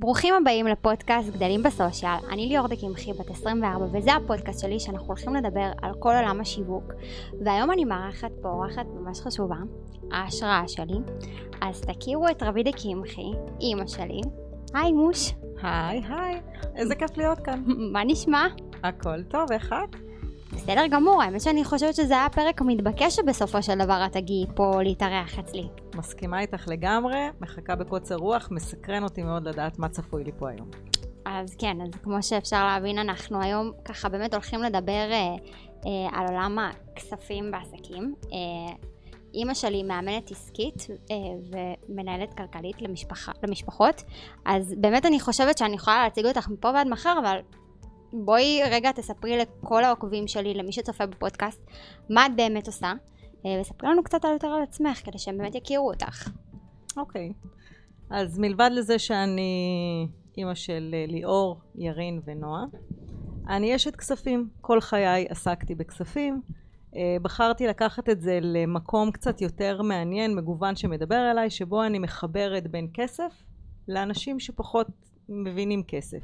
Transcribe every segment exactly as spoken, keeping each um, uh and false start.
ברוכים הבאים לפודקאסט גדלים בסושיאל. אני ליאור דקמחי, בת עשרים וארבע, וזה הפודקאסט שלי שאנחנו הולכים לדבר על כל עולם השיווק. והיום אני מארחת פה אורחת ממש חשובה, ההשראה שלי. אז תכירו את רבי דקמחי, אמא שלי. היי מוש. היי היי, איזה כיף להיות כאן. מה נשמע? הכל טוב, איך את? בסדר גמור, האמת שאני חושבת שזה היה הפרק המתבקש שבסופו של דבר את תגיעי פה להתארח אצלי. מסכימה איתך לגמרי, מחכה בקוצר רוח, מסקרן אותי מאוד לדעת מה צפוי לי פה היום. אז כן, אז כמו שאפשר להבין, אנחנו היום ככה באמת הולכים לדבר אה, אה, על עולם הכספים בעסקים. אה, אמא שלי מאמנת עסקית אה, ומנהלת כלכלית למשפחה, למשפחות, אז באמת אני חושבת שאני יכולה להציג אותך מפה ועד מחר, אבל בואי רגע תספרי לכל העוקבים שלי, למי שצופה בפודקאסט, מה את באמת עושה, וספרי לנו קצת יותר על עצמך, כדי שהם באמת יכירו אותך. אוקיי, אז מלבד לזה שאני אמא של ליאור, ירין ונועה, אני אשת כספים, כל חיי עסקתי בכספים, בחרתי לקחת את זה למקום קצת יותר מעניין, מגוון שמדבר אליי, שבו אני מחברת בין כסף לאנשים שפחות מבינים כסף.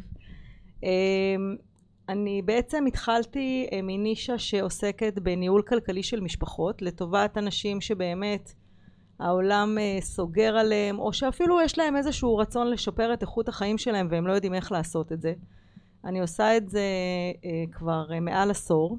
אני בעצם התחלתי מנישה שעוסקת בניהול כלכלי של משפחות לטובת אנשים שבאמת העולם סוגר עליהם, או שאפילו יש להם איזשהו רצון לשפר את איכות החיים שלהם והם לא יודעים איך לעשות את זה. אני עושה את זה כבר מעל עשור,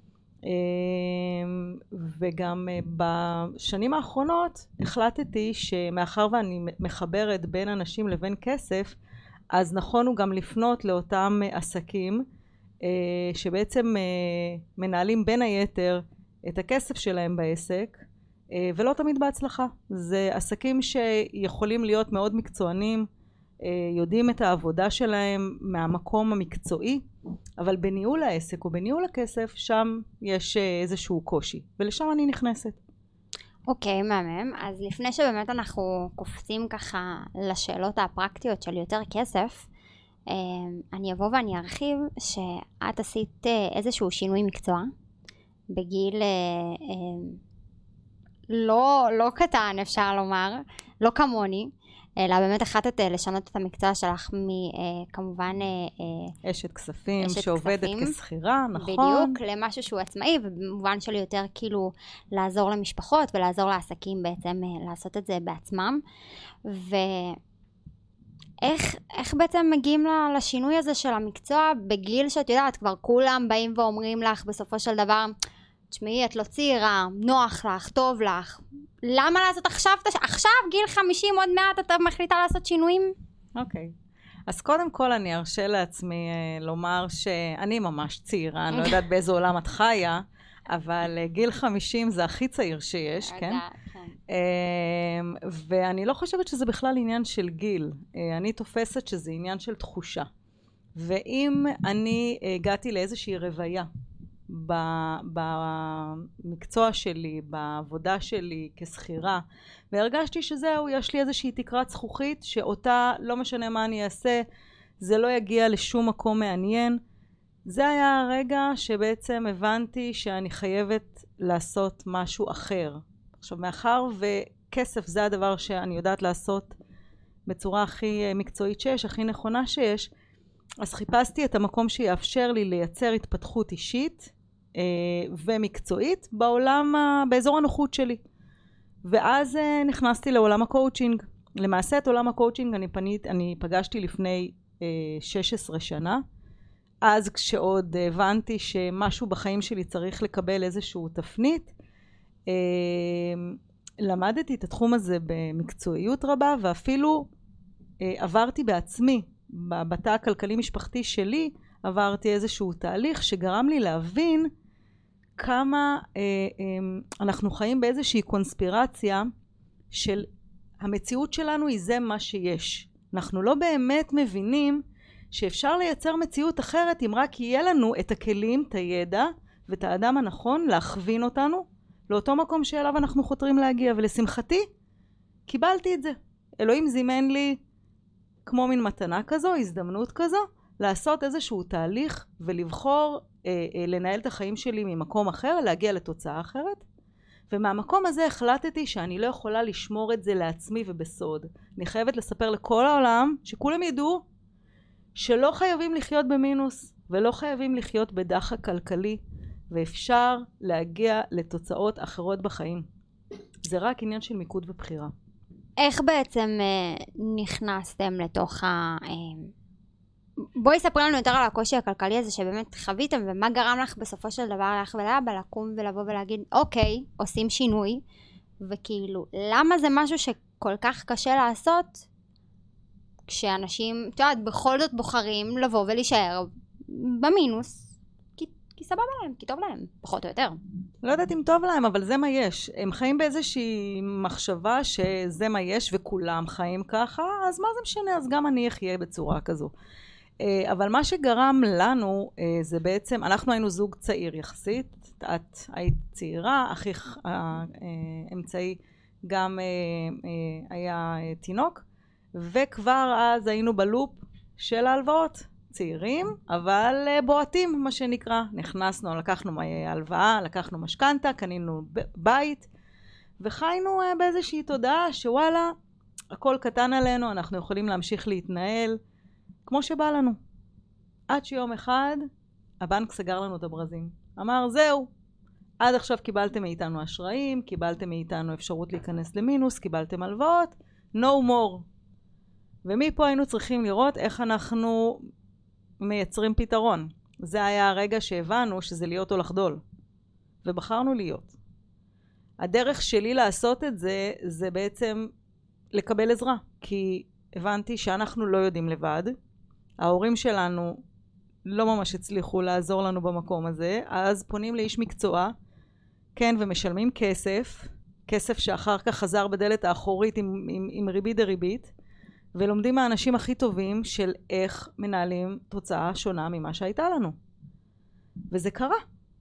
וגם בשנים האחרונות החלטתי שמאחר ואני מחברת בין אנשים לבין כסף, אז נכון הוא גם לפנות לאותם עסקים שבעצם מנהלים בין היתר את הכסף שלהם בעסק, ולא תמיד בהצלחה. זה עסקים שיכולים להיות מאוד מקצוענים, יודעים את העבודה שלהם מהמקום המקצועי, אבל בניהול העסק או בניהול הכסף שם יש איזשהו קושי, ולשם אני נכנסת. אוקיי, מהמם. אז לפני שבאמת אנחנו קופצים ככה לשאלות הפרקטיות של יותר כסף, אני אבוא ואני ארחיב שאת עשית איזשהו שינוי מקצוע בגיל לא, לא קטן אפשר לומר, לא כמוני, אלא באמת החלטת לשנות את המקצוע שלך מכמובן אשת כספים אשת שעובדת כספים, כסחירה, נכון? בדיוק, למשהו שהוא עצמאי, ובמובן שלי יותר כאילו לעזור למשפחות ולעזור לעסקים בעצם לעשות את זה בעצמם. ו... איך, איך בעצם מגיעים לשינוי הזה של המקצוע בגיל שאת יודעת, כבר כולם באים ואומרים לך בסופו של דבר, תשמעי, את לא צעירה, נוח לך, טוב לך, למה לעשות עכשיו, עכשיו גיל חמישים עוד מעט אתה מחליטה לעשות שינויים? אוקיי, אז קודם כל אני ארשה לעצמי אה, לומר שאני ממש צעירה, אני לא יודעת באיזה עולם את חיה, אבל אה, גיל חמישים זה הכי צעיר שיש, כן? ואני לא חושבת שזה בכלל עניין של גיל, אני תופסת שזה עניין של תחושה. ואם אני הגעתי לאיזושהי רוויה במקצוע שלי, בעבודה שלי כסחירה, והרגשתי שזהו, יש לי איזושהי תקרת זכוכית שאותה לא משנה מה אני אעשה, זה לא יגיע לשום מקום מעניין, זה היה הרגע שבעצם הבנתי שאני חייבת לעשות משהו אחר. עכשיו, מאחר וכסף זה הדבר שאני יודעת לעשות בצורה הכי מקצועית שיש, הכי נכונה שיש, אז חיפשתי את המקום שיאפשר לי לייצר התפתחות אישית אה, ומקצועית בעולם, באזור הנוחות שלי. ואז אה, נכנסתי לעולם הקואוצ'ינג. למעשה את עולם הקואוצ'ינג אני, פנית, אני פגשתי לפני אה, שש עשרה שנה, אז כשעוד הבנתי שמשהו בחיים שלי צריך לקבל איזשהו תפנית, למדתי את התחום הזה במקצועיות רבה, ואפילו עברתי בעצמי, בתא הכלכלי משפחתי שלי, עברתי איזשהו תהליך שגרם לי להבין כמה אנחנו חיים באיזושהי קונספירציה של המציאות שלנו היא זה מה שיש. אנחנו לא באמת מבינים שאפשר לייצר מציאות אחרת אם רק יהיה לנו את הכלים, את הידע ואת האדם הנכון להכווין אותנו לאותו מקום שאליו אנחנו חותרים להגיע. ולשמחתי קיבלתי את זה. אלוהים זימן לי כמו מין מתנה כזו, הזדמנות כזו, לעשות איזשהו תהליך ולבחור אה, אה, לנהל את החיים שלי ממקום אחר, להגיע לתוצאה אחרת. ומהמקום הזה החלטתי שאני לא יכולה לשמור את זה לעצמי ובסוד. אני חייבת לספר לכל העולם שכולם ידעו שלא חייבים לחיות במינוס, ולא חייבים לחיות בדחק כלכלי, ואפשר להגיע לתוצאות אחרות בחיים. זה רק עניין של מיקוד ובחירה. איך בעצם אה, נכנסתם לתוך ה... אה, בואי ספרי לנו יותר על הקושי הכלכלי הזה שבאמת חוויתם, ומה גרם לך בסופו של דבר לך ולאבא לקום ולבוא ולהגיד, אוקיי, עושים שינוי, וכאילו, למה זה משהו שכל כך קשה לעשות, כשאנשים, את יודעת, בכל זאת בוחרים לבוא ולהישאר במינוס, כי, כי סבבה להם, כי טוב להם, פחות או יותר. לא יודעת אם טוב להם, אבל זה מה יש. הם חיים באיזושהי מחשבה שזה מה יש, וכולם חיים ככה, אז מה זה משנה? אז גם אני אחיה בצורה כזו. אבל מה שגרם לנו, זה בעצם, אנחנו היינו זוג צעיר יחסית, את היית צעירה, אחיך האמצעי גם היה תינוק, וכבר אז היינו בלופ של ההלוואות. צעירים, אבל בועטים, מה שנקרא. נכנסנו, לקחנו הלוואה, לקחנו משכנתה, קנינו בית, וחיינו באיזושהי תודעה שוואלה, הכל קטן עלינו, אנחנו יכולים להמשיך להתנהל כמו שבא לנו. עד שיום אחד, הבנק סגר לנו את הברזים. אמר, זהו, עד עכשיו קיבלתם מאיתנו אשראים, קיבלתם מאיתנו אפשרות להיכנס למינוס, קיבלתם הלוואות, no more. ומפה היינו צריכים לראות איך אנחנו מייצרים פתרון. זה היה הרגע שהבנו שזה להיות או לחדול. ובחרנו להיות. הדרך שלי לעשות את זה, זה בעצם לקבל עזרה. כי הבנתי שאנחנו לא יודעים לבד. ההורים שלנו לא ממש הצליחו לעזור לנו במקום הזה. אז פונים לאיש מקצוע, כן, ומשלמים כסף. כסף שאחר כך חזר בדלת האחורית עם, עם, עם ריבית דריבית. ולומדים מהאנשים הכי טובים של איך מנהלים תוצאה שונה ממה שהייתה לנו. וזה קרה.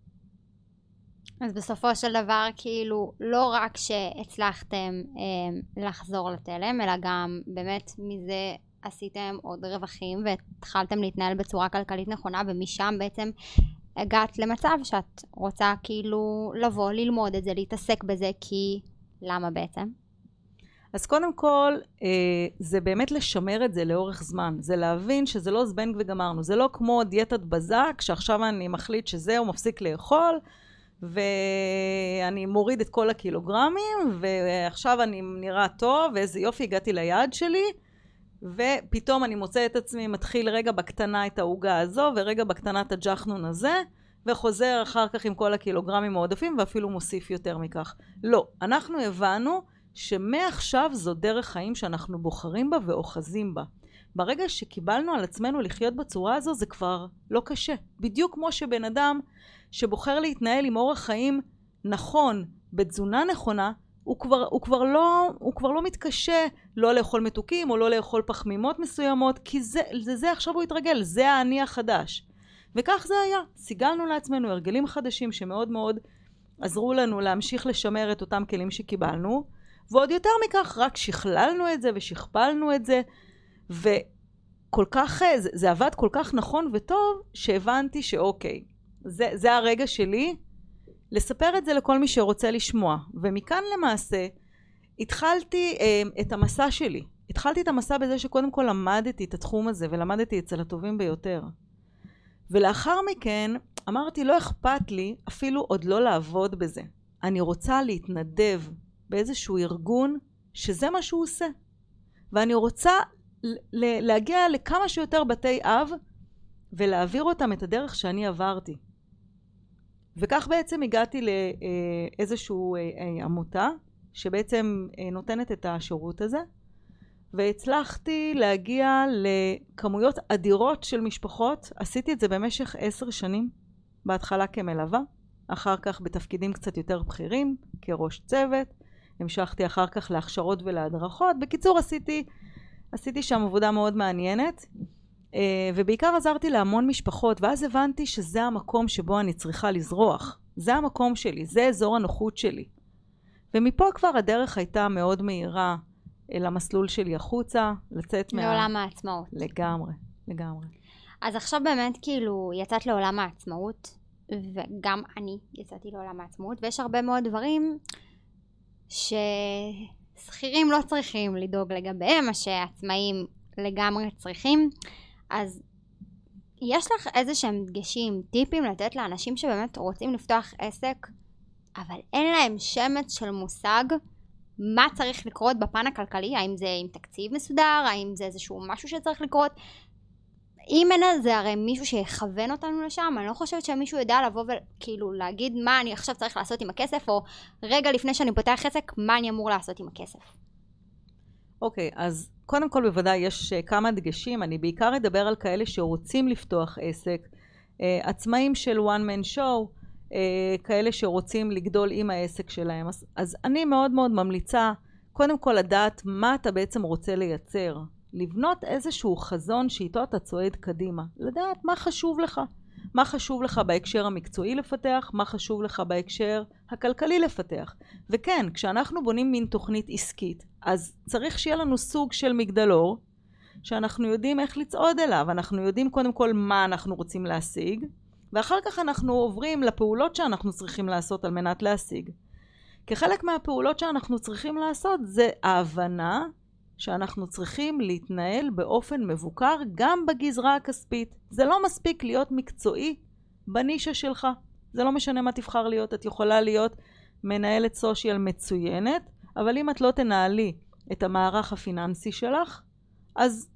אז בסופו של דבר, כאילו, לא רק שהצלחתם אה, לחזור לתלם, אלא גם באמת מזה עשיתם עוד רווחים, והתחלתם להתנהל בצורה כלכלית נכונה, ומשם בעצם הגעת למצב שאת רוצה כאילו לבוא, ללמוד את זה, להתעסק בזה, כי למה בעצם? אז קודם כל, זה באמת לשמר את זה לאורך זמן. זה להבין שזה לא זבנג וגמרנו. זה לא כמו דיאטת בזק, שעכשיו אני מחליט שזהו, מפסיק לאכול, ואני מוריד את כל הקילוגרמים, ועכשיו אני נראה טוב, ואיזה יופי, הגעתי ליעד שלי, ופתאום אני מוצא את עצמי, מתחיל רגע בקטנה את ההוגה הזו, ורגע בקטנה את הג'חנון הזה, וחוזר אחר כך עם כל הקילוגרמים העודפים, ואפילו מוסיף יותר מכך. לא, אנחנו הבנו שמעכשיו זו דרך חיים שאנחנו בוחרים בה ואוחזים בה. ברגע שקיבלנו על עצמנו לחיות בצורה הזו, זה כבר לא קשה. בדיוק כמו שבן אדם שבוחר להתנהל עם אורח חיים נכון, בתזונה נכונה, הוא כבר, הוא כבר לא, הוא כבר לא מתקשה לא לאכול מתוקים או לא לאכול פחמימות מסוימות, כי זה, זה, זה עכשיו הוא יתרגל, זה האני החדש. וכך זה היה. סיגלנו לעצמנו הרגלים חדשים שמאוד מאוד עזרו לנו להמשיך לשמר את אותם כלים שקיבלנו, ועוד יותר מכך רק שכללנו את זה ושכפלנו את זה, וכל כך, זה, זה עבד כל כך נכון וטוב, שהבנתי שאוקיי, זה, זה הרגע שלי לספר את זה לכל מי שרוצה לשמוע. ומכאן למעשה התחלתי אה, את המסע שלי. התחלתי את המסע בזה שקודם כל למדתי את התחום הזה, ולמדתי אצל הטובים ביותר. ולאחר מכן אמרתי, לא אכפת לי אפילו עוד לא לעבוד בזה. אני רוצה להתנדב באיזשהו ארגון שזה מה שהוא עושה. ואני רוצה להגיע לכמה שיותר בתי אב ולהעביר אותם את הדרך שאני עברתי. וכך בעצם הגעתי לאיזשהו עמותה שבעצם נותנת את השירות הזה, והצלחתי להגיע לכמויות אדירות של משפחות. עשיתי את זה במשך עשר שנים, בהתחלה כמלווה, אחר כך בתפקידים קצת יותר בכירים, כראש צוות, המשכתי אחר כך להכשרות ולהדרכות. בקיצור, עשיתי, עשיתי שם עבודה מאוד מעניינת, ובעיקר עזרתי להמון משפחות, ואז הבנתי שזה המקום שבו אני צריכה לזרוח. זה המקום שלי, זה אזור הנוחות שלי. ומפה כבר הדרך הייתה מאוד מהירה אל המסלול שלי החוצה, לצאת מה... לעולם העצמאות. לגמרי, לגמרי. אז עכשיו באמת כאילו יצאת לעולם העצמאות, וגם אני יצאתי לעולם העצמאות, ויש הרבה מאוד דברים ששכירים לא צריכים לדאוג לגביהם, מה שעצמאים לגמרי צריכים. אז יש לך איזה שהם דגשים, טיפים לתת לאנשים שבאמת רוצים לפתוח עסק, אבל אין להם שמץ של מושג מה צריך לקרות בפן הכלכלי, האם זה עם תקציב מסודר, האם זה איזשהו משהו שצריך לקרות. אם אין זה הרי מישהו שיכוון אותנו לשם, אני לא חושבת שמישהו יודע לבוא וכאילו להגיד מה אני עכשיו צריך לעשות עם הכסף, או רגע לפני שאני פותח עסק, מה אני אמור לעשות עם הכסף. אוקיי, okay, אז קודם כל בוודאי יש uh, כמה דגשים, אני בעיקר אדבר על כאלה שרוצים לפתוח עסק, uh, עצמאים של one man show, uh, כאלה שרוצים לגדול עם העסק שלהם. אז, אז אני מאוד מאוד ממליצה, קודם כל לדעת מה אתה בעצם רוצה לייצר, לבנות איזשהו חזון שאיתו אתה צועד קדימה, לדעת מה חשוב לך, מה חשוב לך בהקשר המקצועי לפתח, מה חשוב לך בהקשר הכלכלי לפתח. וכן, כשאנחנו בונים מין תוכנית עסקית, אז צריך שיהיה לנו סוג של מגדלור, שאנחנו יודעים איך לצעוד אליו, אנחנו יודעים קודם כל מה אנחנו רוצים להשיג, ואחר כך אנחנו עוברים לפעולות שאנחנו צריכים לעשות על מנת להשיג. כחלק מהפעולות שאנחנו צריכים לעשות, זה ההבנה שאנחנו צריכים להתנהל באופן מבוקר גם בגזרה הכספית. זה לא מספיק להיות מקצועי בנישה שלך. זה לא משנה מה תבחר להיות. את יכולה להיות מנהלת סושיאל מצוינת, אבל אם את לא תנהלי את המערך הפיננסי שלך, אז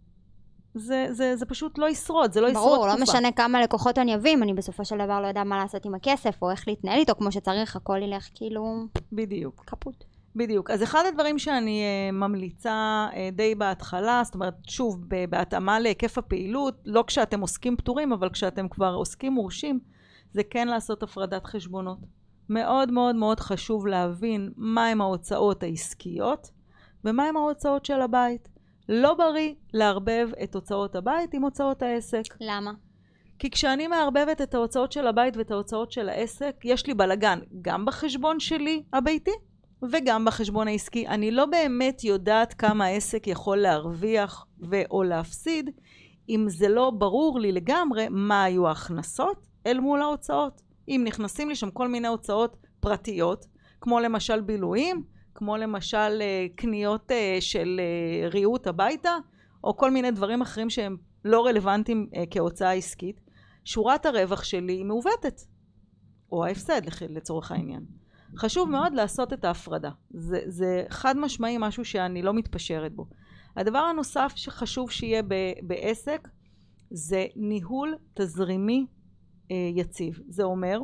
זה, זה, זה פשוט לא ישרוד, זה לא ישרוד תקופה. ברור, לא משנה כמה לקוחות אני אבים, אני בסופו של דבר לא יודע מה לעשות עם הכסף, או איך להתנהל איתו כמו שצריך, הכל ילך כאילו... בדיוק. כפות. בדיוק. אז אחד הדברים שאני uh, ממליצה uh, די בהתחלה, זאת אומרת, שוב, בהתאמה להיקף הפעילות, לא כשאתם עוסקים פטורים, אבל כשאתם כבר עוסקים מורשים, זה כן לעשות הפרדת חשבונות. מאוד מאוד מאוד חשוב להבין מהם ההוצאות העסקיות, ומהם ההוצאות של הבית. לא בריא לערבב את הוצאות הבית עם הוצאות העסק. למה? כי כשאני מערבבת את ההוצאות של הבית ואת ההוצאות של העסק, יש לי בלגן גם בחשבון שלי הביתי, וגם בחשבון העסקי. אני לא באמת יודעת כמה העסק יכול להרוויח ו- או להפסיד, אם זה לא ברור לי לגמרי מה היו ההכנסות אל מול ההוצאות. אם נכנסים לי שם כל מיני הוצאות פרטיות, כמו למשל בילויים, כמו למשל קניות של ריהוט הביתה, או כל מיני דברים אחרים שהם לא רלוונטיים כהוצאה עסקית, שורת הרווח שלי היא מעוותת, או ההפסד לצורך העניין. חשוב מאוד לעשות את ההפרדה. זה, זה חד משמעי משהו שאני לא מתפשרת בו. הדבר הנוסף שחשוב שיהיה ב, בעסק, זה ניהול תזרימי אה, יציב. זה אומר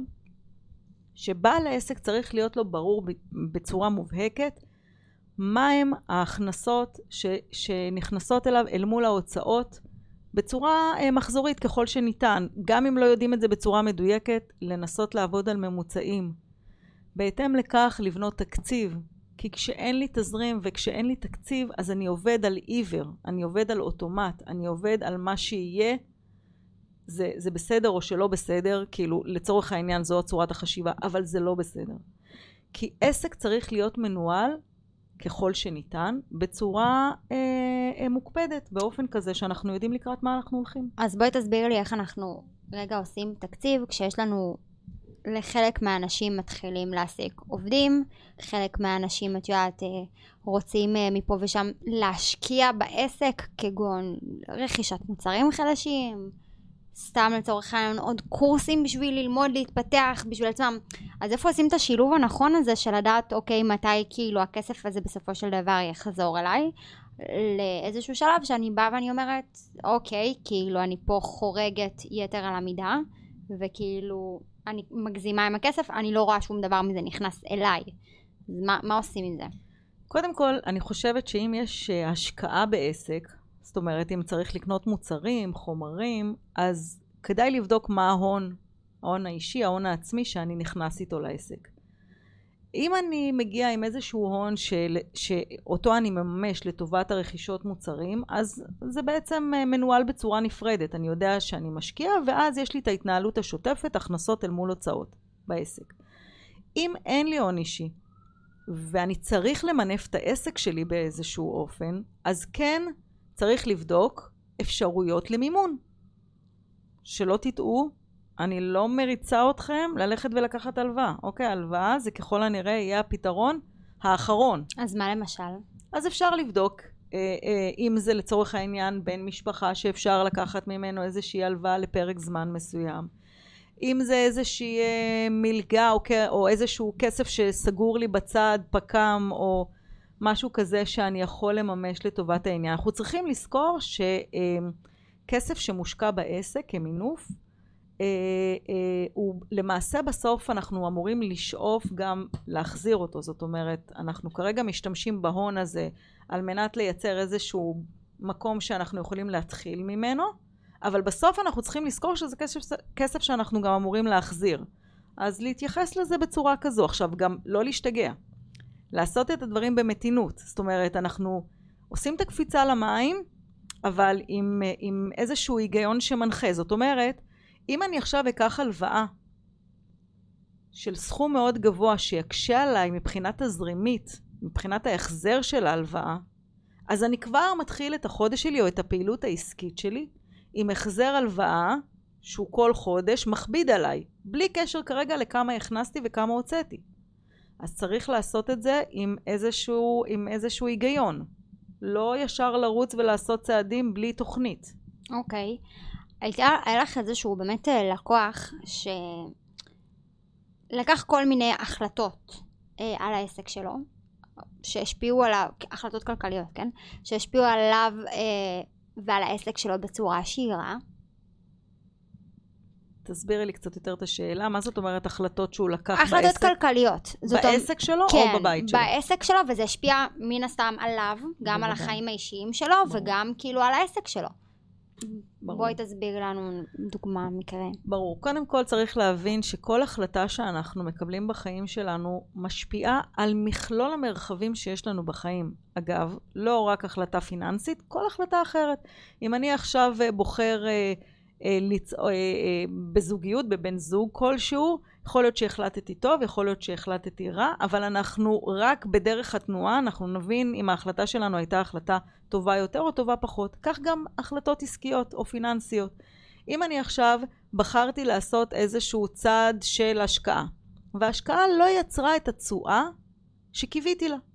שבעל העסק צריך להיות לו ברור בצורה מובהקת, מהם ההכנסות ש, שנכנסות אליו אל מול ההוצאות, בצורה אה, מחזורית ככל שניתן. גם אם לא יודעים את זה בצורה מדויקת, לנסות לעבוד על ממוצעים. בהתאם לכך לבנות תקציב, כי כשאין לי תזרים וכשאין לי תקציב, אז אני עובד על עיוור, אני עובד על אוטומט, אני עובד על מה שיהיה, זה, זה בסדר או שלא בסדר, כאילו לצורך העניין זו צורת החשיבה, אבל זה לא בסדר. כי עסק צריך להיות מנוהל ככל שניתן, בצורה אה, אה, מוקפדת, באופן כזה שאנחנו יודעים לקראת מה אנחנו הולכים. אז בואי תסביר לי איך אנחנו רגע עושים תקציב, כשיש לנו... לחלק מהאנשים מתחילים להעסיק עובדים, חלק מהאנשים את יודעת רוצים מפה ושם להשקיע בעסק כגון רכישת מוצרים חדשים, סתם לצורך העניין עוד קורסים בשביל ללמוד להתפתח בשביל עצמם. אז איפה עושים את השילוב הנכון הזה של לדעת אוקיי מתי כאילו הכסף הזה בסופו של דבר יחזור אליי לאיזשהו שלב שאני באה ואני אומרת אוקיי כאילו אני פה חורגת יתר על המידה וכאילו אני מגזימה עם הכסף, אני לא רואה שום דבר מזה נכנס אליי. אז מה, מה עושים עם זה? קודם כל, אני חושבת שאם יש השקעה בעסק, זאת אומרת, אם צריך לקנות מוצרים, חומרים, אז כדאי לבדוק מה ההון, ההון האישי, ההון העצמי שאני נכנס איתו לעסק. אם אני מגיע עם איזשהו הון של, שאותו אני מממש לטובת הרכישות מוצרים, אז זה בעצם מנוהל בצורה נפרדת. אני יודע שאני משקיע, ואז יש לי את ההתנהלות השוטפת, הכנסות אל מול הוצאות בעסק. אם אין לי הון אישי, ואני צריך למנף את העסק שלי באיזשהו אופן, אז כן צריך לבדוק אפשרויות למימון. שלא תטעו, אני לא מריצה אתכם ללכת ולקחת הלוואה. אוקיי, הלוואה זה ככל הנראה יהיה הפתרון האחרון. אז מה למשל? אז אפשר לבדוק אם זה לצורך העניין בן משפחה שאפשר לקחת ממנו איזושהי הלוואה לפרק זמן מסוים. אם זה איזושהי מלגה או, או איזשהו כסף שסגור לי בצד, פקם או משהו כזה שאני יכול לממש לטובת העניין. אנחנו צריכים לזכור שכסף שמושקע בעסק כמינוף, הוא למעשה בסוף אנחנו אמורים לשאוף גם להחזיר אותו. זאת אומרת, אנחנו כרגע משתמשים בהון הזה על מנת לייצר איזשהו מקום שאנחנו יכולים להתחיל ממנו, אבל בסוף אנחנו צריכים לזכור שזה כסף, כסף שאנחנו גם אמורים להחזיר. אז להתייחס לזה בצורה כזו. עכשיו גם לא להשתגע. לעשות את הדברים במתינות. זאת אומרת, אנחנו עושים את הקפיצה למים, אבל עם, עם איזשהו היגיון שמנחה. זאת אומרת, אם אני עכשיו אקח הלוואה של סכום מאוד גבוה שיקשה עליי מבחינת הזרימית, מבחינת ההחזר של ההלוואה, אז אני כבר מתחיל את החודש שלי או את הפעילות העסקית שלי עם החזר הלוואה שהוא כל חודש מכביד עליי, בלי קשר כרגע לכמה הכנסתי וכמה הוצאתי. אז צריך לעשות את זה עם איזשהו, עם איזשהו היגיון. לא ישר לרוץ ולעשות צעדים בלי תוכנית. אוקיי. היה לך איזשהו באמת לקוח שלקח כל מיני החלטות אה, על העסק שלו, שהשפיעו עליו, החלטות כלכליות, כן? שהשפיעו עליו אה, ועל העסק שלו בצורה שהיא רעה. תסבירי לי קצת יותר את השאלה, מה זאת אומרת החלטות שהוא לקח החלטות בעסק? החלטות כלכליות. בעסק שלו כן, או בבית שלו? בעסק שלו, וזה השפיע מן הסתם עליו, גם על החיים האישיים שלו, ברור. וגם כאילו על העסק שלו. ברור. בואי תסביר לנו דוגמה מקרה. ברור. קודם כל צריך להבין שכל החלטה שאנחנו מקבלים בחיים שלנו משפיעה על מכלול המרחבים שיש לנו בחיים. אגב, לא רק החלטה פיננסית, כל החלטה אחרת. אם אני עכשיו בוחר אה, אה, לצ... אה, אה, בזוגיות, בבן זוג כלשהו, יכול להיות שהחלטתי טוב, יכול להיות שהחלטתי רע, אבל אנחנו רק בדרך התנועה, אנחנו נבין אם ההחלטה שלנו הייתה החלטה טובה יותר או טובה פחות. כך גם החלטות עסקיות או פיננסיות. אם אני עכשיו בחרתי לעשות איזשהו צעד של השקעה, וההשקעה לא יצרה את התשואה שקיוויתי לה,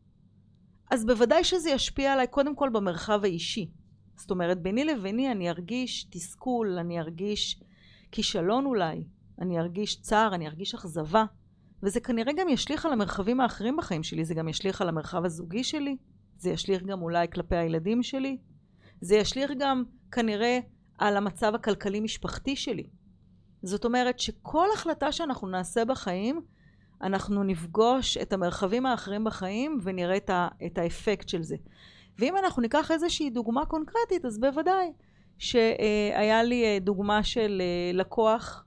אז בוודאי שזה ישפיע עליי קודם כל במרחב האישי. זאת אומרת, ביני לביני אני ארגיש תסכול, אני ארגיש כישלון אולי, אני ארגיש צער, אני ארגיש אכזבה, וזה כנראה גם ישליך על המרחבים האחרים בחיים שלי, זה גם ישליך על המרחב הזוגי שלי, זה ישליך גם אולי כלפי הילדים שלי, זה ישליך גם כנראה על המצב הכלכלי משפחתי שלי. זאת אומרת שכל החלטה שאנחנו נעשה בחיים, אנחנו נפגוש את המרחבים האחרים בחיים ונראה את, ה- את האפקט של זה. ואם אנחנו ניקח איזושהי דוגמה קונקרטית, אז בוודאי שהיה לי דוגמה של לקוח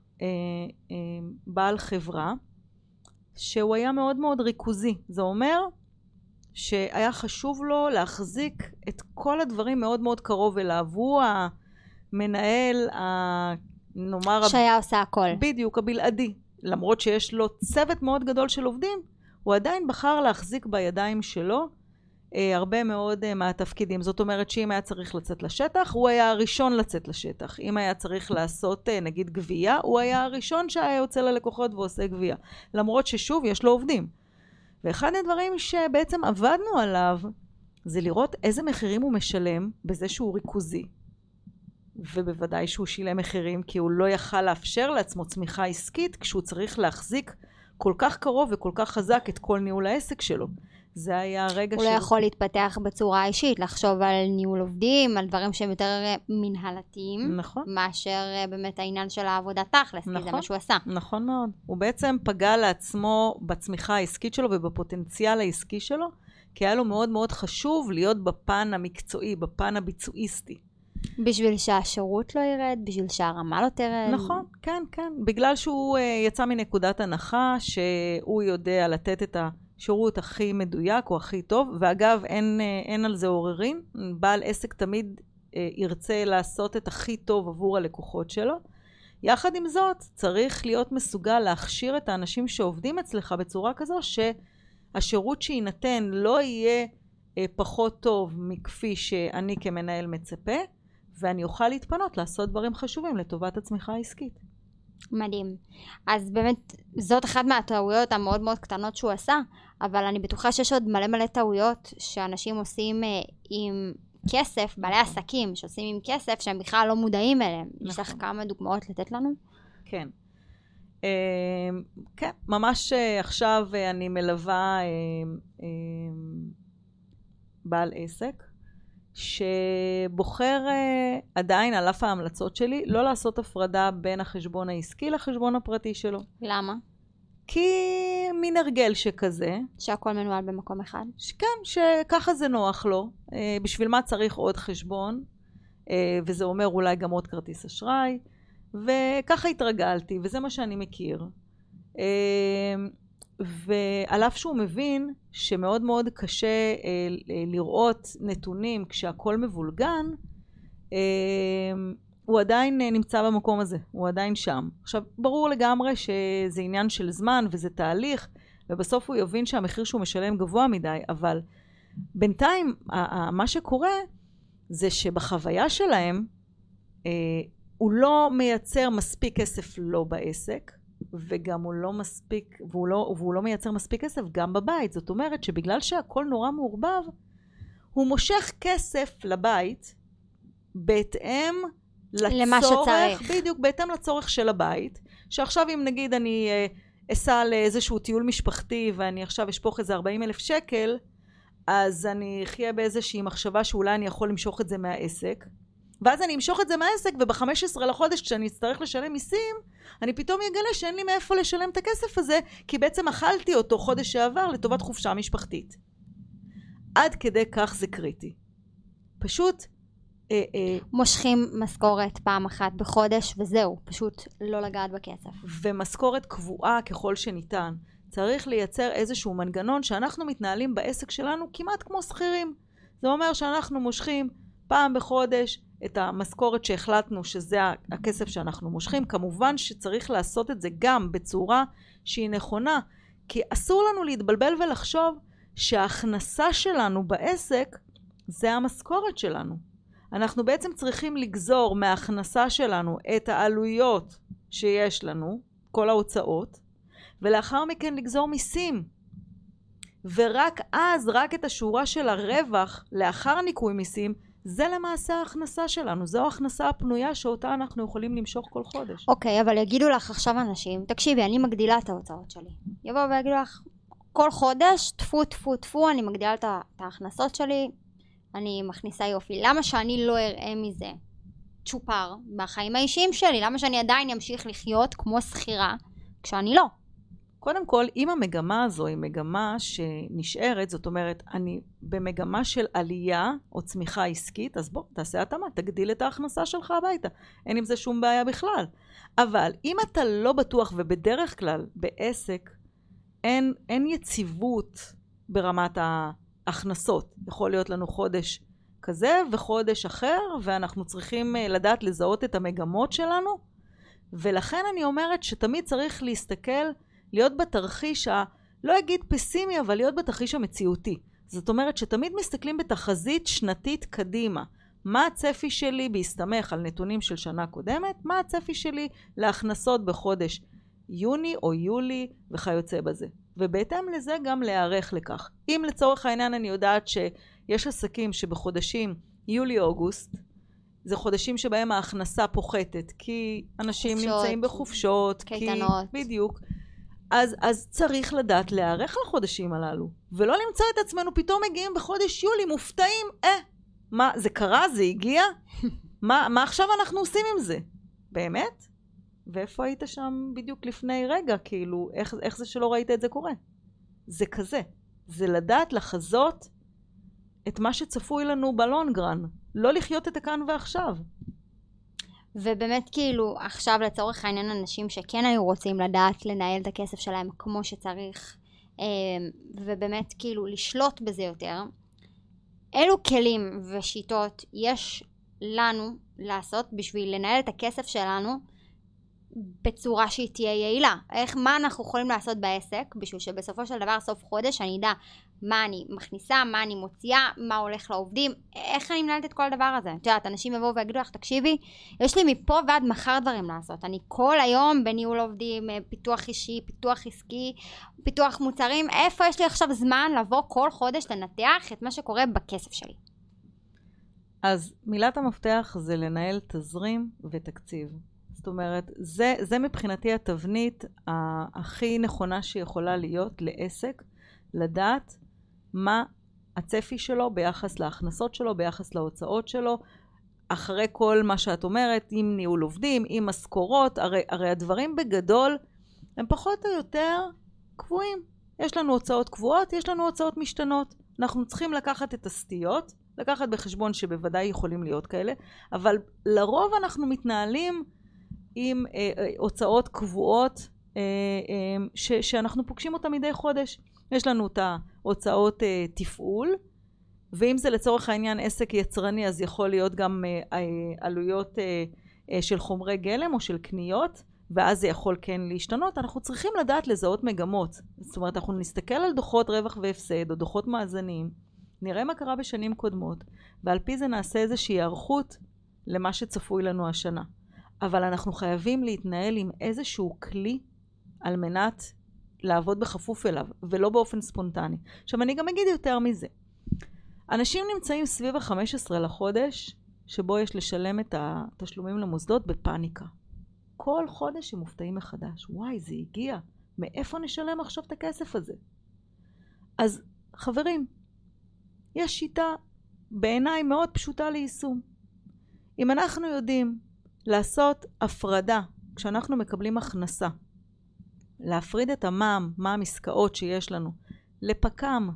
בעל חברה, שהוא היה מאוד מאוד ריכוזי. זה אומר שהיה חשוב לו להחזיק את כל הדברים מאוד מאוד קרוב אליו. הוא המנהל, נאמר... שהיה עושה הכל. בדיוק, הבלעדי. למרות שיש לו צוות מאוד גדול של עובדים, הוא עדיין בחר להחזיק בידיים שלו אה, הרבה מאוד אה, מהתפקידים. זאת אומרת שאם היה צריך לצאת לשטח, הוא היה הראשון לצאת לשטח. אם היה צריך לעשות אה, נגיד גבייה, הוא היה הראשון שהיה יוצא ללקוחות ועושה גבייה. למרות ששוב יש לו עובדים. ואחד הדברים שבעצם עבדנו עליו, זה לראות איזה מחירים הוא משלם בזה שהוא ריכוזי. ובוודאי שהוא שילם מחירים כי הוא לא יכל לאפשר לעצמו צמיחה עסקית כשהוא צריך להחזיק כל כך קרוב וכל כך חזק את כל ניהול העסק שלו. זה היה הרגע הוא של... לא יכול להתפתח בצורה אישית, לחשוב על ניהול עובדים, על דברים שהם יותר מנהלתיים, נכון. מאשר באמת העניין של העבודה תכלס, נכון. כי זה מה שהוא עשה. נכון מאוד. הוא בעצם פגע לעצמו בצמיחה העסקית שלו ובפוטנציאל העסקי שלו, כי היה לו מאוד מאוד חשוב להיות בפן המקצועי, בפן הביצועיסטי. בשביל שהשירות לא ירד, בשביל שהרמה לא תרד. נכון, כן, כן. בגלל שהוא uh, יצא מנקודת הנחה שהוא יודע לתת את השירות הכי מדויק או הכי טוב, ואגב, אין, uh, אין על זה עוררין. בעל עסק תמיד uh, ירצה לעשות את הכי טוב עבור הלקוחות שלו. יחד עם זאת, צריך להיות מסוגל להכשיר את האנשים שעובדים אצלך בצורה כזו, שהשירות שיינתן לא יהיה uh, פחות טוב מכפי שאני כמנהל מצפה, ואני אוכל להתפנות לעשות דברים חשובים לטובת הצמיחה העסקית. מדהים. אז באמת זאת אחת מהטעויות המאוד מאוד קטנות שהוא עשה, אבל אני בטוחה שיש עוד מלא מלא טעויות שאנשים עושים עם כסף, בעלי עסקים שעושים עם כסף, שהם בכלל לא מודעים אליהם. נכון. יש לך כמה דוגמאות לתת לנו? כן. כן, ממש עכשיו אני מלווה בעל עסק, שבוחר עדיין על אף ההמלצות שלי, לא לעשות הפרדה בין החשבון העסקי לחשבון הפרטי שלו. למה? כי מין הרגל שכזה. שהכל מנוהל במקום אחד? כן, שככה זה נוח לו. בשביל מה צריך עוד חשבון, וזה אומר אולי גם עוד כרטיס אשראי, וככה התרגלתי, וזה מה שאני מכיר. ועל אף שהוא מבין שמאוד מאוד קשה לראות נתונים כשהכל מבולגן, הוא עדיין נמצא במקום הזה, הוא עדיין שם. עכשיו, ברור לגמרי שזה עניין של זמן וזה תהליך, ובסוף הוא יבין שהמחיר שהוא משלם גבוה מדי, אבל בינתיים מה שקורה זה שבחוויה שלהם הוא לא מייצר מספיק כסף לא בעסק, וגם הוא לא מספיק, והוא לא, והוא לא מייצר מספיק כסף גם בבית. זאת אומרת שבגלל שהכל נורא מעורבב, הוא מושך כסף לבית בהתאם לצורך, למה שצריך. בדיוק, בהתאם לצורך של הבית. שעכשיו אם נגיד אני אסע לאיזשהו טיול משפחתי ואני עכשיו אשפוך איזה ארבעים אלף שקל, אז אני אחיה באיזושהי מחשבה שאולי אני יכול למשוך את זה מהעסק. ואז אני אמשוך את זה מהעסק, וב-חמישה עשר לחודש כשאני אצטרך לשלם מיסים, אני פתאום אגלה שאין לי מאיפה לשלם את הכסף הזה, כי בעצם אכלתי אותו חודש שעבר לטובת חופשה משפחתית. עד כדי כך זה קריטי. פשוט אה, אה, מושכים משכורת פעם אחת בחודש, וזהו, פשוט לא לגעת בכסף. ומשכורת קבועה ככל שניתן. צריך לייצר איזשהו מנגנון שאנחנו מתנהלים בעסק שלנו כמעט כמו שכירים. זה אומר שאנחנו מושכים פעם בחודש את המשכורת שהחלטנו שזה הכסף שאנחנו מושכים. כמובן שצריך לעשות את זה גם בצורה שהיא נכונה, כי אסור לנו להתבלבל ולחשוב שההכנסה שלנו בעסק זה המשכורת שלנו. אנחנו בעצם צריכים לגזור מההכנסה שלנו את העלויות שיש לנו, כל ההוצאות, ולאחר מכן לגזור מיסים. ורק אז, רק את השורה של הרווח לאחר ניכוי מיסים, זה למעשה ההכנסה שלנו. זו ההכנסה הפנויה שאותה אנחנו יכולים למשוך כל חודש. אוקיי, אבל יגידו לך עכשיו אנשים, תקשיבי, אני מגדילה את ההוצאות שלי. יבואו ויגידו לך, כל חודש, תפו, תפו, תפו, אני מגדילה את ההכנסות שלי, אני מכניסה יופי. למה שאני לא אראה מזה צ'ופר בחיים האישיים שלי? למה שאני עדיין אמשיך לחיות כמו שכירה כשאני לא? קודם כל, אם המגמה הזו היא מגמה שנשארת, זאת אומרת, אני במגמה של עלייה או צמיחה עסקית, אז בוא, תעשה התאמה, תגדיל את ההכנסה שלך הביתה. אין עם זה שום בעיה בכלל. אבל אם אתה לא בטוח, ובדרך כלל בעסק, אין, אין יציבות ברמת ההכנסות. יכול להיות לנו חודש כזה וחודש אחר, ואנחנו צריכים לדעת לזהות את המגמות שלנו. ולכן אני אומרת שתמיד צריך להסתכל, להיות בתרחיש, לא אגיד פסימי, אבל להיות בתרחיש המציאותי. זאת אומרת שתמיד מסתכלים בתחזית שנתית קדימה. מה הצפי שלי בהסתמך על נתונים של שנה קודמת? מה הצפי שלי להכנסות בחודש יוני או יולי וכיוצא בזה. ובהתאם לזה גם להיערך לכך. אם לצורך העניין אני יודעת שיש עסקים שבחודשים יולי-אוגוסט, זה חודשים שבהם ההכנסה פוחתת, כי אנשים חופשות, נמצאים בחופשות, קייטנות. כי, בדיוק. אז, אז צריך לדעת להיערך לחודשים הללו, ולא למצוא את עצמנו פתאום מגיעים בחודש יולי מופתעים, אה, מה, זה קרה, זה הגיע? מה, מה עכשיו אנחנו עושים עם זה? באמת? ואיפה היית שם בדיוק לפני רגע? כאילו, איך, איך זה שלא ראית את זה קורה? זה כזה. זה לדעת לחזות את מה שצפוי לנו בלונגרן, לא לחיות את הכאן ועכשיו. ובאמת כאילו עכשיו לצורך העניין אנשים שכן היו רוצים לדעת לנהל את הכסף שלהם כמו שצריך, ובאמת כאילו לשלוט בזה יותר, אילו כלים ושיטות יש לנו לעשות בשביל לנהל את הכסף שלנו בצורה שהיא תהיה יעילה? איך, מה אנחנו יכולים לעשות בעסק בשביל שבסופו של דבר סוף חודש אני אדע מה אני מכניסה, מה אני מוציאה, מה הולך לעובדים, איך אני מנהלת את כל הדבר הזה? את יודעת, אנשים יבואו ויגידו לך, תקשיבי, יש לי מפה ועד מחר דברים לעשות. אני כל היום בניהול עובדים, פיתוח אישי, פיתוח עסקי, פיתוח מוצרים. איפה יש לי עכשיו זמן לבוא כל חודש לנתח את מה שקורה בכסף שלי? אז מילת המפתח זה לנהל תזרים ותקציב. זאת אומרת, זה, זה מבחינתי התבנית הכי נכונה שיכולה להיות לעסק, לדעת מה הצפי שלו ביחס להכנסות שלו, ביחס להוצאות שלו, אחרי כל מה שאת אומרת, עם ניהול עובדים, עם משכורות, הרי, הרי הדברים בגדול הם פחות או יותר קבועים. יש לנו הוצאות קבועות, יש לנו הוצאות משתנות. אנחנו צריכים לקחת את הסטיות, לקחת בחשבון שבוודאי יכולים להיות כאלה, אבל לרוב אנחנו מתנהלים עם אה, אה, הוצאות קבועות אה, אה, ש, שאנחנו פוגשים אותה מדי חודש. יש לנו את ההוצאות אה, תפעול, ואם זה לצורך העניין עסק יצרני, אז יכול להיות גם אה, אה, עלויות אה, אה, של חומרי גלם או של קניות, ואז זה יכול כן להשתנות. אנחנו צריכים לדעת לזהות מגמות. זאת אומרת, אנחנו נסתכל על דוחות רווח והפסד או דוחות מאזנים, נראה מה קרה בשנים קודמות, ועל פי זה נעשה איזושהי הערכות למה שצפוי לנו השנה. אבל אנחנו חייבים להתנהל עם איזשהו כלי על מנת לעבוד בחפוף אליו, ולא באופן ספונטני. עכשיו אני גם אגיד יותר מזה. אנשים נמצאים סביב ה-חמישה עשר לחודש, שבו יש לשלם את התשלומים למוסדות בפאניקה. כל חודש הם מופתעים מחדש. וואי, זה הגיע. מאיפה נשלם עכשיו את הכסף הזה? אז חברים, יש שיטה בעיניי מאוד פשוטה ליישום. אם אנחנו יודעים לעשות הפרדה, כשאנחנו מקבלים הכנסה, להפריד את המע"מ, מע"מ עסקאות שיש לנו, לפקם,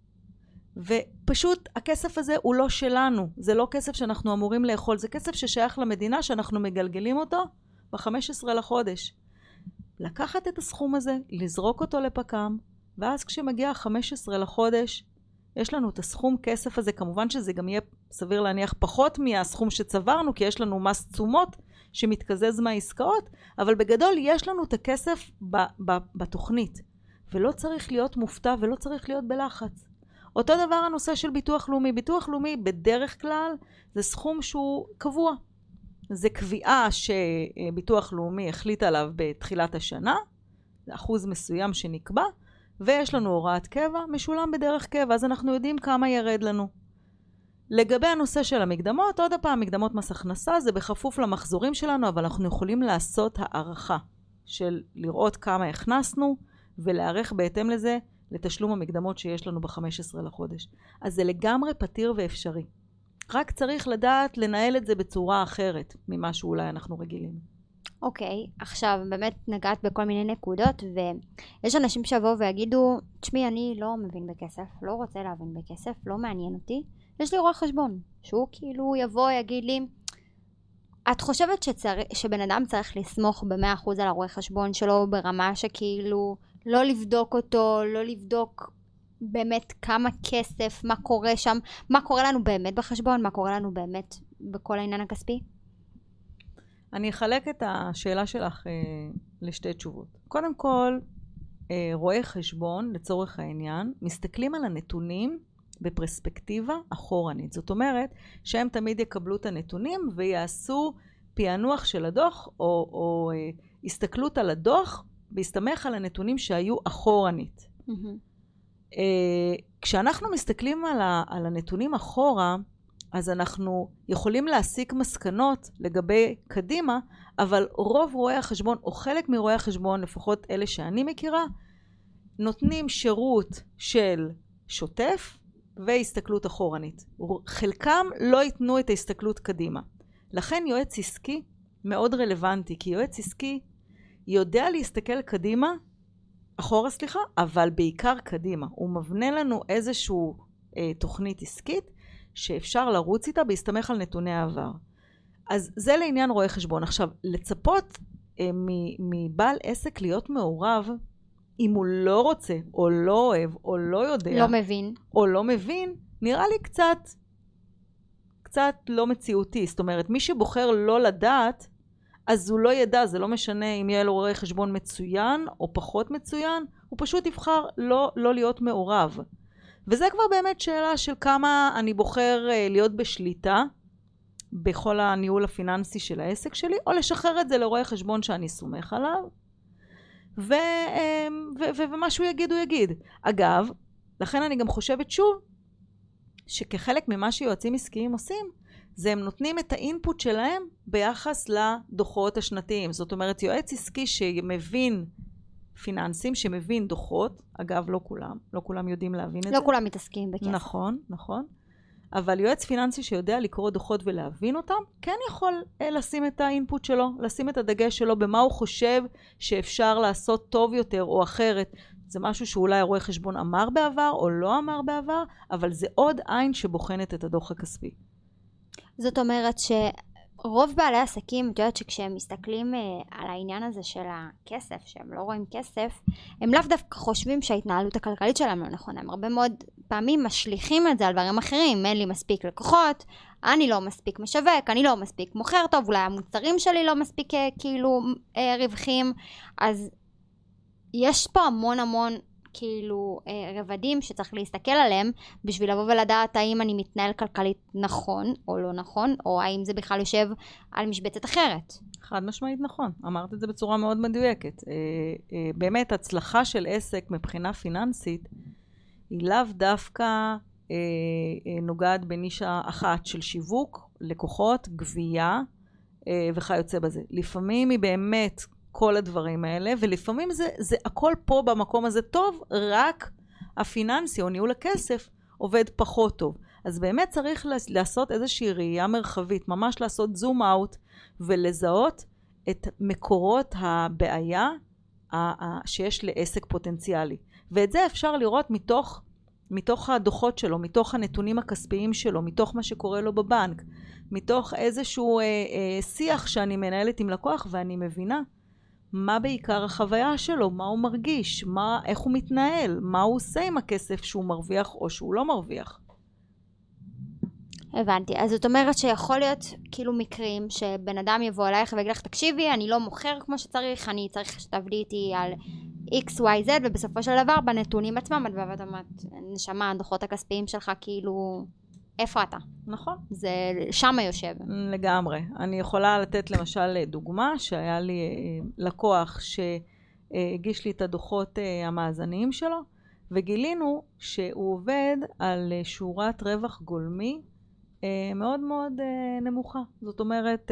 ופשוט הכסף הזה הוא לא שלנו, זה לא כסף שאנחנו אמורים לאכול, זה כסף ששייך למדינה שאנחנו מגלגלים אותו ב-חמישה עשר לחודש. לקחת את הסכום הזה, לזרוק אותו לפקם, ואז כשמגיע ה-חמישה עשר לחודש, יש לנו את הסכום כסף הזה, כמובן שזה גם יהיה סביר להניח פחות מהסכום שצברנו, כי יש לנו מס תשומות שמתקזז מהעסקאות, אבל בגדול יש לנו את הכסף ב- ב- בתוכנית, ולא צריך להיות מופתע ולא צריך להיות בלחץ. אותו דבר הנושא של ביטוח לאומי. ביטוח לאומי בדרך כלל זה סכום שהוא קבוע. זה קביעה שביטוח לאומי החליט עליו בתחילת השנה, זה אחוז מסוים שנקבע, ויש לנו הוראת קבע, משולם בדרך קבע, אז אנחנו יודעים כמה ירד לנו. לגבי הנושא של המקדמות, עוד הפעם, מקדמות מס הכנסה, זה בכפוף למחזורים שלנו, אבל אנחנו יכולים לעשות הערכה של לראות כמה הכנסנו, ולהערך בהתאם לזה לתשלום המקדמות שיש לנו ב-חמישה עשר לחודש. אז זה לגמרי פתיר ואפשרי. רק צריך לדעת לנהל את זה בצורה אחרת ממה שאולי אנחנו רגילים. אוקיי, okay, עכשיו באמת נגעת בכל מיני נקודות, ויש אנשים שיבואו ויגידו, תשמעי, אני לא מבין בכסף, לא רוצה להבין בכסף, לא מעניין אותי. יש לי רואה חשבון, שהוא כאילו יבוא יגיד לי, את חושבת שצר... שבן אדם צריך לסמוך ב-מאה אחוז על הרואה חשבון שלו ברמה שכאילו לא לבדוק אותו, לא לבדוק באמת כמה כסף, מה קורה שם, מה קורה לנו באמת בחשבון, מה קורה לנו באמת בכל העניין הכספי? אני אחלק את השאלה שלך אה, לשתי תשובות. קודם כל, אה, רואי חשבון, לצורך העניין, מסתכלים על הנתונים בפרספקטיבה אחורנית. זאת אומרת, שהם תמיד יקבלו את הנתונים ויעשו פענוח של הדוח, או, או אה, הסתכלות על הדוח, בהסתמך על הנתונים שהיו אחורנית. Mm-hmm. אה, כשאנחנו מסתכלים על, ה, על הנתונים אחורה, אז אנחנו יכולים להסיק מסקנות לגבי קדימה, אבל רוב רואי החשבון, או חלק מרואי החשבון, לפחות אלה שאני מכירה, נותנים שירות של שוטף והסתכלות אחורנית. חלקם לא ייתנו את ההסתכלות קדימה. לכן יועץ עסקי מאוד רלוונטי, כי יועץ עסקי יודע להסתכל קדימה, אחורה סליחה, אבל בעיקר קדימה. הוא מבנה לנו איזשהו אה, תוכנית עסקית, שאפשר לרוץ איתה בהסתמך על נתוני העבר. אז זה לעניין רואי חשבון. עכשיו, לצפות אה, מבעל עסק להיות מעורב, אם הוא לא רוצה, או לא אוהב, או לא יודע, לא מבין, או לא מבין, נראה לי קצת, קצת לא מציאותי. זאת אומרת, מי שבוחר לא לדעת, אז הוא לא ידע, זה לא משנה אם יהיה לו רואה חשבון מצוין, או פחות מצוין, הוא פשוט יבחר לא, לא להיות מעורב. וזה כבר באמת שאלה של כמה אני בוחר להיות בשליטה בכל הניהול הפיננסי של העסק שלי, או לשחרר את זה לרואה חשבון שאני סומך עליו, ו, ו, ו, ומה שהוא יגיד הוא יגיד. אגב, לכן אני גם חושבת שוב, שכחלק ממה שיועצים עסקיים עושים, זה הם נותנים את האינפוט שלהם ביחס לדוחות השנתיים. זאת אומרת, יועץ עסקי שמבין פיננסים, שמבין דוחות, אגב, לא כולם, לא כולם יודעים להבין את לא זה. לא כולם מתעסקים בכסף. נכון, נכון. אבל יועץ פיננסי שיודע לקרוא דוחות ולהבין אותם, כן יכול לשים את האינפוט שלו, לשים את הדגש שלו במה הוא חושב שאפשר לעשות טוב יותר או אחרת. זה משהו שאולי רואה חשבון אמר בעבר או לא אמר בעבר, אבל זה עוד עין שבוחנת את הדוח הכספי. זאת אומרת שרוב בעלי עסקים, את יודעת שכשהם מסתכלים אה, על העניין הזה של הכסף, שהם לא רואים כסף, הם לאו דווקא חושבים שההתנהלות הכלכלית שלהם לא נכונה. הם הרבה מאוד פעמים משליכים את זה על דברים אחרים. אין לי מספיק לקוחות, אני לא מספיק משווק, אני לא מספיק מוכר טוב, אולי המוצרים שלי לא מספיק אה, כאילו אה, רווחים. אז יש פה המון המון כאילו אה, רבדים שצריך להסתכל עליהם בשביל לבוא ולדעת האם אני מתנהל כלכלית נכון או לא נכון, או האם זה בכלל יושב על משבצת אחרת. חד משמעית נכון, אמרת את זה בצורה מאוד מדויקת. אה, אה, באמת הצלחה של עסק מבחינה פיננסית היא לאו דווקא אה, אה, נוגעת בנישה אחת של שיווק, לקוחות, גבייה אה, וכיוצא בזה. לפעמים היא באמת כל הדברים האלה, ולפעמים זה, זה הכל פה במקום הזה טוב, רק הפיננסי או ניהול הכסף עובד פחות טוב. אז באמת צריך לעשות איזושהי ראייה מרחבית, ממש לעשות זום אאוט ולזהות את מקורות הבעיה שיש לעסק פוטנציאלי. ואת זה אפשר לראות מתוך, מתוך הדוחות שלו, מתוך הנתונים הכספיים שלו, מתוך מה שקורה לו בבנק, מתוך איזשהו אה, אה, שיח שאני מנהלת עם לקוח ואני מבינה מה בעיקר החוויה שלו, מה הוא מרגיש, מה, איך הוא מתנהל, מה הוא עושה עם הכסף שהוא מרוויח או שהוא לא מרוויח. הבנתי. אז זאת אומרת שיכול להיות כאילו מקרים שבן אדם יבוא אלייך ויגיד לך, תקשיבי, אני לא מוכר כמו שצריך, אני צריך שתעבדי איתי על X, Y, Z, ובסופו של דבר בנתונים עצמם, את באמת אומרת, נשמה, הדוחות הכספיים שלך כאילו, איפה אתה? נכון. זה שם יושב. לגמרי. אני יכולה לתת למשל דוגמה, שהיה לי לקוח שהגיש לי את הדוחות המאזניים שלו, וגילינו שהוא עובד על שורת רווח גולמי מאוד מאוד נמוכה. זאת אומרת,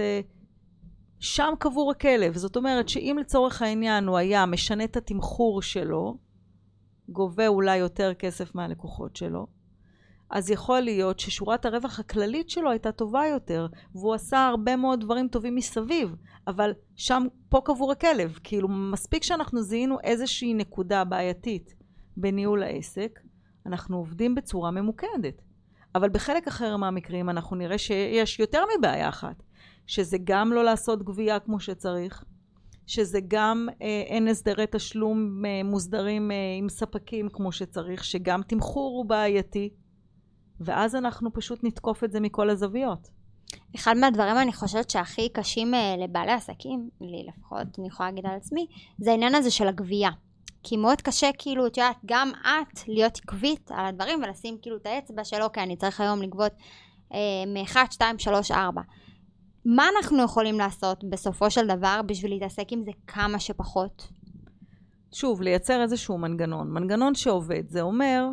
שם קבור הכלב. זאת אומרת שאם לצורך העניין הוא היה משנה את התמחור שלו, גובה אולי יותר כסף מהלקוחות שלו, אז יכול להיות ששורת הרווח הכללית שלו הייתה טובה יותר, והוא עשה הרבה מאוד דברים טובים מסביב, אבל שם פה קבור הכלב. כאילו מספיק שאנחנו זיהינו איזושהי נקודה בעייתית בניהול העסק, אנחנו עובדים בצורה ממוקדת. אבל בחלק אחר מהמקרים אנחנו נראה שיש יותר מבעיה אחת, שזה גם לא לעשות גבייה כמו שצריך, שזה גם אה, אין הסדרי תשלום אה, מוסדרים אה, עם ספקים כמו שצריך, שגם תמחור הוא בעייתי, ואז אנחנו פשוט נתקוף את זה מכל הזוויות. אחד מהדברים אני חושבת שהכי קשים אה, לבעלי עסקים, לי לפחות, אני יכולה להגיד על עצמי, זה העניין הזה של הגבייה. כי מאוד קשה כאילו, את יודעת, גם את להיות עקבית על הדברים ולשים כאילו את האצבע של אוקיי, אני צריך היום לגבות אה, מ-אחת, שתיים, שלוש, ארבע. מה אנחנו יכולים לעשות בסופו של דבר בשביל להתעסק עם זה כמה שפחות? שוב, לייצר איזשהו מנגנון. מנגנון שעובד. זה אומר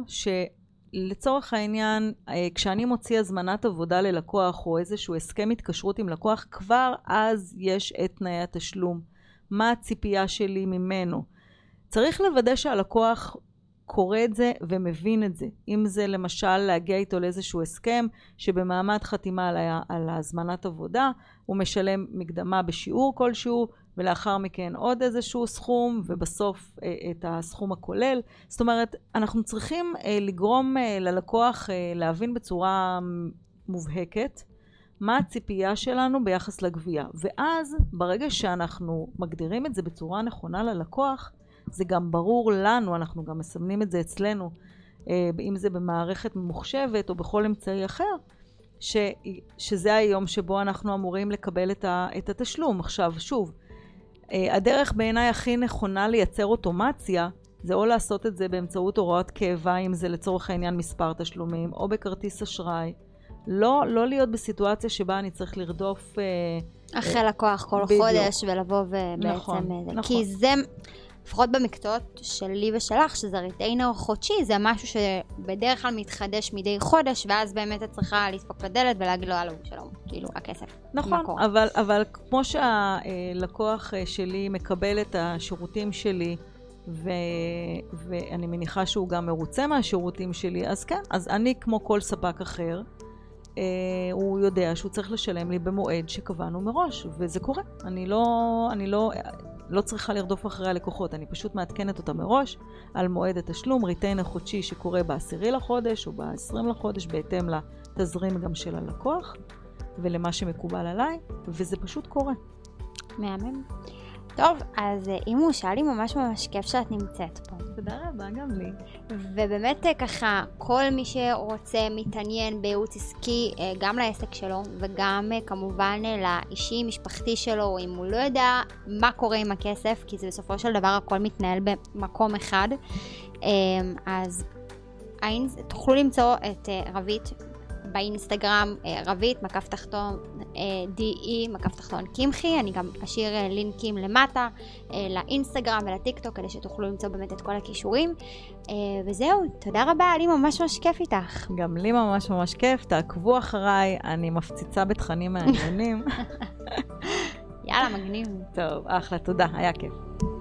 שלצורך העניין, כשאני מוציא הזמנת עבודה ללקוח או איזשהו הסכם התקשרות עם לקוח, כבר אז יש את תנאי התשלום. מה הציפייה שלי ממנו? צריך לוודא שהלקוח קורא את זה ומבין את זה. אם זה למשל להגיע איתו לאיזשהו הסכם שבמעמד חתימה על, על הזמנת עבודה, הוא משלם מקדמה בשיעור כלשהו, ולאחר מכן עוד איזשהו סכום, ובסוף אה, את הסכום הכולל. זאת אומרת, אנחנו צריכים אה, לגרום אה, ללקוח אה, להבין בצורה מובהקת, מה הציפייה שלנו ביחס לגבייה. ואז ברגע שאנחנו מגדירים את זה בצורה נכונה ללקוח, זה גם ברור לנו, אנחנו גם מסמנים את זה אצלנו, אם זה במערכת ממוחשבת או בכל אמצעי אחר, ש, שזה היום שבו אנחנו אמורים לקבל את, ה, את התשלום. עכשיו, שוב, הדרך בעיניי הכי נכונה לייצר אוטומציה, זה או לעשות את זה באמצעות הוראות קבע, אם זה לצורך העניין מספר תשלומים, או בכרטיס אשראי. לא, לא להיות בסיטואציה שבה אני צריך לרדוף... אחרי לקוח כל בדיוק. חודש ולבוא ובעצם... נכון, נכון. כי זה... לפחות במקצועות שלי ושלך, שזה ריטיינר חודשי, זה משהו שבדרך כלל מתחדש מדי חודש, ואז באמת את צריכה לדפוק בדלת ולהגיד לו, הלו, שלום, כאילו, הכסף. נכון, אבל, אבל כמו שהלקוח שלי מקבל את השירותים שלי, ו... ואני מניחה שהוא גם מרוצה מהשירותים שלי, אז כן, אז אני כמו כל ספק אחר, אה, הוא יודע שהוא צריך לשלם לי במועד שקבענו מראש, וזה קורה. אני לא, אני לא, לא צריכה לרדוף אחרי הלקוחות, אני פשוט מעדכנת אותה מראש על מועד התשלום, ריטיינר חודשי שקורה בעשירי לחודש או בעשרים לחודש, בהתאם לתזרים גם של הלקוח, ולמה שמקובל עליי, וזה פשוט קורה. מהמם. טוב, אז אם הוא שאל לי ממש ממש כיף שאת נמצאת פה. תודה רבה, גם לי. ובאמת ככה, כל מי שרוצה, מתעניין בייעוץ עסקי, גם לעסק שלו, וגם כמובן לאישי, משפחתי שלו, אם הוא לא יודע מה קורה עם הכסף, כי זה בסופו של דבר הכל מתנהל במקום אחד, אז תוכלו למצוא את רבית באינסטגרם, רבית, מקף תחתון, די-אי, מקף תחתון קמחי. אני גם אשאיר לינקים למטה, לאינסטגרם ולטיק טוק, כדי שתוכלו למצוא באמת את כל הכישורים. וזהו, תודה רבה, לי ממש ממש כיף איתך. גם לי ממש ממש כיף, תעקבו אחריי, אני מפציצה בתכנים מעניינים. יאללה, מגניב. טוב, אחלה, תודה, היה כיף.